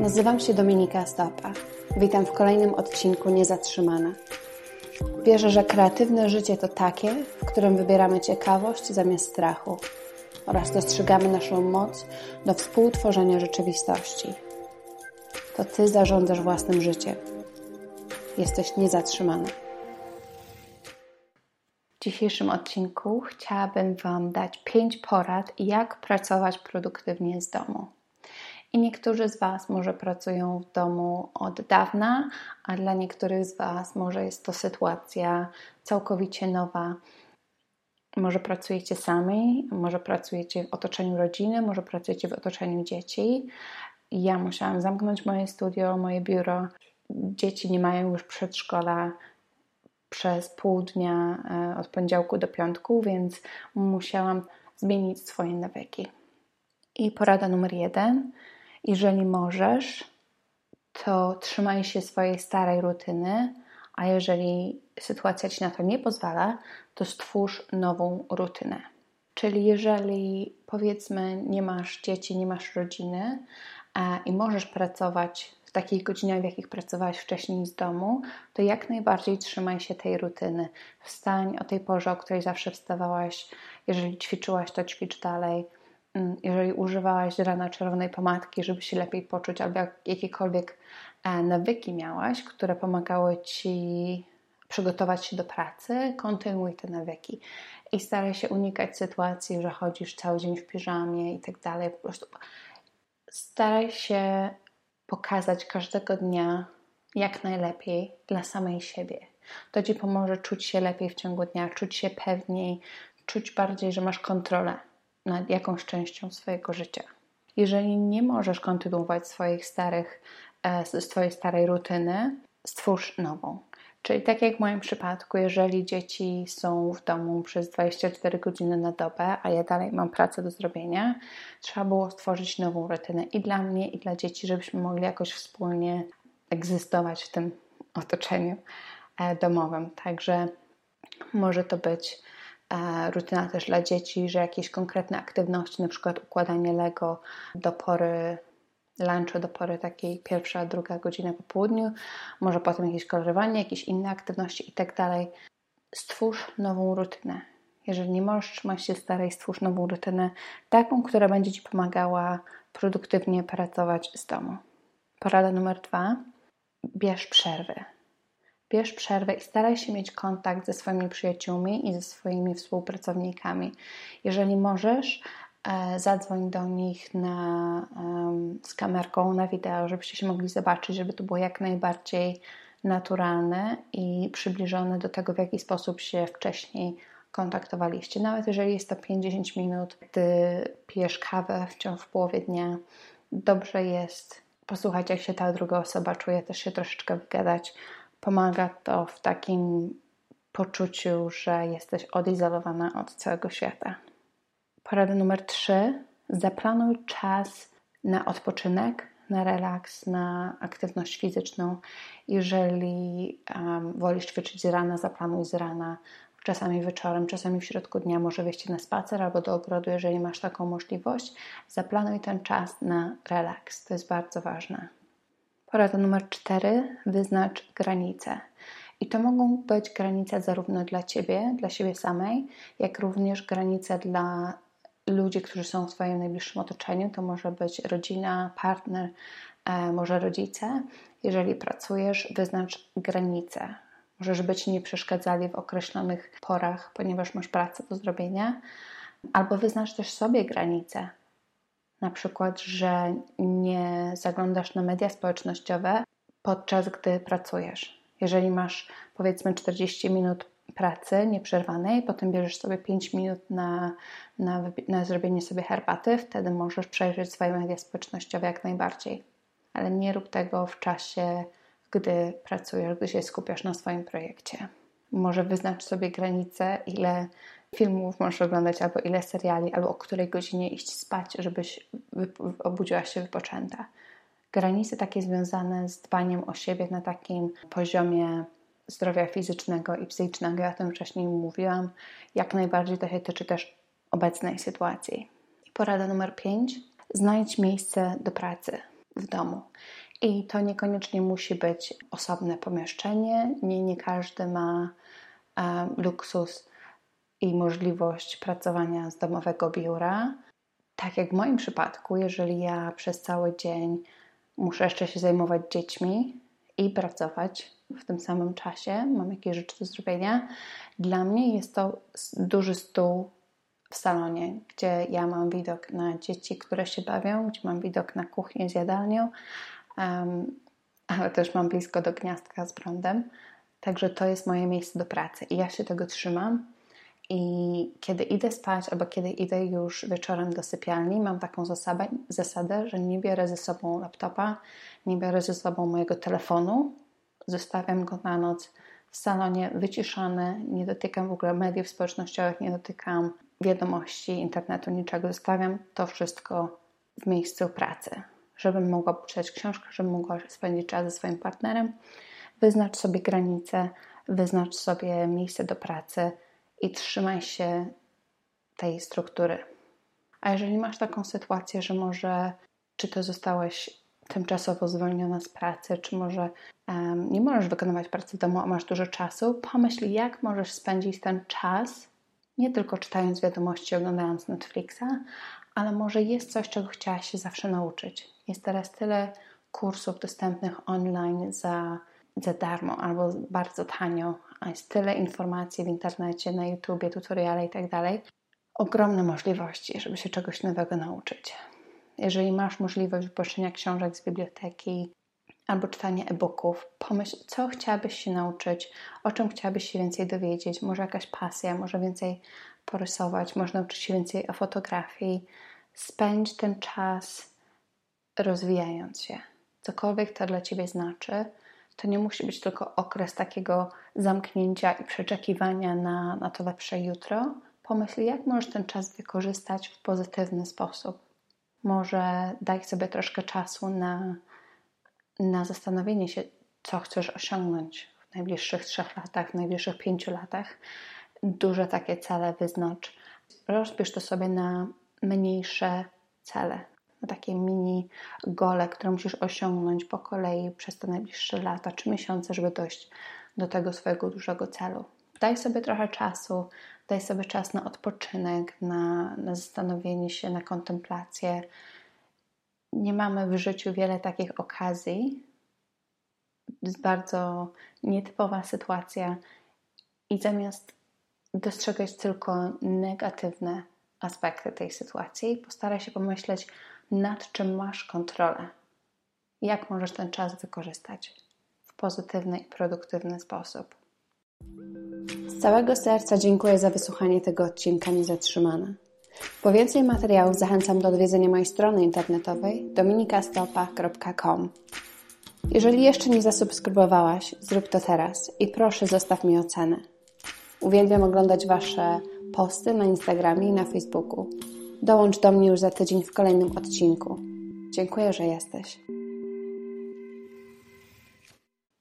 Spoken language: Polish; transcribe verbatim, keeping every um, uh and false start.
Nazywam się Dominika Stopa. Witam w kolejnym odcinku Niezatrzymana. Wierzę, że kreatywne życie to takie, w którym wybieramy ciekawość zamiast strachu oraz dostrzegamy naszą moc do współtworzenia rzeczywistości. To Ty zarządzasz własnym życiem. Jesteś niezatrzymana. W dzisiejszym odcinku chciałabym Wam dać pięć porad, jak pracować produktywnie z domu. I niektórzy z Was może pracują w domu od dawna, a dla niektórych z Was może jest to sytuacja całkowicie nowa. Może pracujecie sami, może pracujecie w otoczeniu rodziny, może pracujecie w otoczeniu dzieci. Ja musiałam zamknąć moje studio, moje biuro. Dzieci nie mają już przedszkola przez pół dnia od poniedziałku do piątku, więc musiałam zmienić swoje nawyki. I porada numer jeden. Jeżeli możesz, to trzymaj się swojej starej rutyny, a jeżeli sytuacja Ci na to nie pozwala, to stwórz nową rutynę. Czyli jeżeli, powiedzmy, nie masz dzieci, nie masz rodziny a, i możesz pracować w takich godzinach, w jakich pracowałaś wcześniej z domu, to jak najbardziej trzymaj się tej rutyny. Wstań o tej porze, o której zawsze wstawałaś. Jeżeli ćwiczyłaś, to ćwicz dalej. Jeżeli używałaś rana czerwonej pomadki, żeby się lepiej poczuć, albo jakiekolwiek nawyki miałaś, które pomagały Ci przygotować się do pracy, kontynuuj te nawyki. I staraj się unikać sytuacji, że chodzisz cały dzień w piżamie i tak dalej. Po prostu staraj się pokazać każdego dnia jak najlepiej dla samej siebie. To Ci pomoże czuć się lepiej w ciągu dnia, czuć się pewniej, czuć bardziej, że masz kontrolę nad jakąś częścią swojego życia. Jeżeli nie możesz kontynuować swoich starych, swojej starej rutyny, stwórz nową. Czyli tak jak w moim przypadku, jeżeli dzieci są w domu przez dwadzieścia cztery godziny na dobę, a ja dalej mam pracę do zrobienia, trzeba było stworzyć nową rutynę i dla mnie, i dla dzieci, żebyśmy mogli jakoś wspólnie egzystować w tym otoczeniu domowym. Także może to być rutyna też dla dzieci, że jakieś konkretne aktywności, na przykład układanie Lego do pory lunchu, do pory takiej pierwsza, druga godzina po południu, może potem jakieś kolorowanie, jakieś inne aktywności i tak dalej. Stwórz nową rutynę. Jeżeli nie możesz trzymać się starej, stwórz nową rutynę, taką, która będzie Ci pomagała produktywnie pracować z domu. Porada numer dwa. Bierz przerwy. Bierz przerwę i staraj się mieć kontakt ze swoimi przyjaciółmi i ze swoimi współpracownikami. Jeżeli możesz, e, zadzwoń do nich na, e, z kamerką na wideo, żebyście się mogli zobaczyć, żeby to było jak najbardziej naturalne i przybliżone do tego, w jaki sposób się wcześniej kontaktowaliście. Nawet jeżeli jest to pięć do dziesięciu minut, gdy pijesz kawę wciąż w połowie dnia, dobrze jest posłuchać, jak się ta druga osoba czuje, też się troszeczkę wygadać. Pomaga to w takim poczuciu, że jesteś odizolowana od całego świata. Porada numer trzy. Zaplanuj czas na odpoczynek, na relaks, na aktywność fizyczną. Jeżeli um, wolisz ćwiczyć z rana, zaplanuj z rana. Czasami wieczorem, czasami w środku dnia może wyjść na spacer albo do ogrodu, jeżeli masz taką możliwość. Zaplanuj ten czas na relaks. To jest bardzo ważne. Porada numer cztery. Wyznacz granice. I to mogą być granice zarówno dla Ciebie, dla siebie samej, jak również granice dla ludzi, którzy są w Twoim najbliższym otoczeniu. To może być rodzina, partner, e, może rodzice. Jeżeli pracujesz, wyznacz granice. Może, żeby Ci nie przeszkadzali w określonych porach, ponieważ masz pracę do zrobienia. Albo wyznacz też sobie granice. Na przykład, że nie zaglądasz na media społecznościowe podczas gdy pracujesz. Jeżeli masz, powiedzmy, czterdzieści minut pracy nieprzerwanej, potem bierzesz sobie pięć minut na, na, na zrobienie sobie herbaty, wtedy możesz przejrzeć swoje media społecznościowe jak najbardziej. Ale nie rób tego w czasie, gdy pracujesz, gdy się skupiasz na swoim projekcie. Może wyznacz sobie granicę, ile filmów możesz oglądać, albo ile seriali, albo o której godzinie iść spać, żebyś obudziła się wypoczęta. Granice takie związane z dbaniem o siebie na takim poziomie zdrowia fizycznego i psychicznego, ja o tym wcześniej mówiłam, jak najbardziej to się tyczy też obecnej sytuacji. I porada numer pięć. Znajdź miejsce do pracy. w domu. I to niekoniecznie musi być osobne pomieszczenie. Nie, nie każdy ma um, luksus i możliwość pracowania z domowego biura. Tak jak w moim przypadku, jeżeli ja przez cały dzień muszę jeszcze się zajmować dziećmi i pracować w tym samym czasie, mam jakieś rzeczy do zrobienia, dla mnie jest to duży stół w salonie, gdzie ja mam widok na dzieci, które się bawią, gdzie mam widok na kuchnię z jadalnią, um, ale też mam blisko do gniazdka z prądem. Także to jest moje miejsce do pracy i ja się tego trzymam. I kiedy idę spać albo kiedy idę już wieczorem do sypialni, mam taką zasadę, zasadę, że nie biorę ze sobą laptopa, nie biorę ze sobą mojego telefonu, zostawiam go na noc w salonie wyciszony, nie dotykam w ogóle mediów społecznościowych, nie dotykam wiadomości, internetu, niczego. Zostawiam to wszystko w miejscu pracy, żebym mogła poczytać książkę, żebym mogła spędzić czas ze swoim partnerem, wyznacz sobie granice, wyznacz sobie miejsce do pracy i trzymaj się tej struktury. A jeżeli masz taką sytuację, że może czy to zostałeś tymczasowo zwolniona z pracy, czy może um, nie możesz wykonywać pracy w domu, a masz dużo czasu, pomyśl, jak możesz spędzić ten czas, nie tylko czytając wiadomości, oglądając Netflixa, ale może jest coś, czego chciałaś się zawsze nauczyć. Jest teraz tyle kursów dostępnych online za, za darmo albo bardzo tanio, a jest tyle informacji w internecie, na YouTubie, tutoriale i tak dalej. Ogromne możliwości, żeby się czegoś nowego nauczyć. Jeżeli masz możliwość wypożyczenia książek z biblioteki albo czytania e-booków, pomyśl, co chciałabyś się nauczyć, o czym chciałabyś się więcej dowiedzieć, może jakaś pasja, może więcej porysować, może nauczyć się więcej o fotografii. Spędź ten czas rozwijając się. Cokolwiek to dla Ciebie znaczy, to nie musi być tylko okres takiego zamknięcia i przeczekiwania na, na to lepsze jutro. Pomyśl, jak możesz ten czas wykorzystać w pozytywny sposób. Może daj sobie troszkę czasu na, na zastanowienie się, co chcesz osiągnąć w najbliższych trzech latach, w najbliższych pięciu latach. Duże takie cele wyznacz. Rozpisz to sobie na mniejsze cele, na takie mini gole, które musisz osiągnąć po kolei przez te najbliższe lata czy miesiące, żeby dojść do tego swojego dużego celu. Daj sobie trochę czasu, daj sobie czas na odpoczynek, na, na zastanowienie się, na kontemplację. Nie mamy w życiu wiele takich okazji. Jest bardzo nietypowa sytuacja i zamiast dostrzegać tylko negatywne aspekty tej sytuacji, postaraj się pomyśleć, nad czym masz kontrolę. Jak możesz ten czas wykorzystać w pozytywny i produktywny sposób. Z całego serca dziękuję za wysłuchanie tego odcinka Niezatrzymana. Po więcej materiałów zachęcam do odwiedzenia mojej strony internetowej dominika stopa kropka com. Jeżeli jeszcze nie zasubskrybowałaś, zrób to teraz i proszę zostaw mi ocenę. Uwielbiam oglądać Wasze posty na Instagramie i na Facebooku. Dołącz do mnie już za tydzień w kolejnym odcinku. Dziękuję, że jesteś.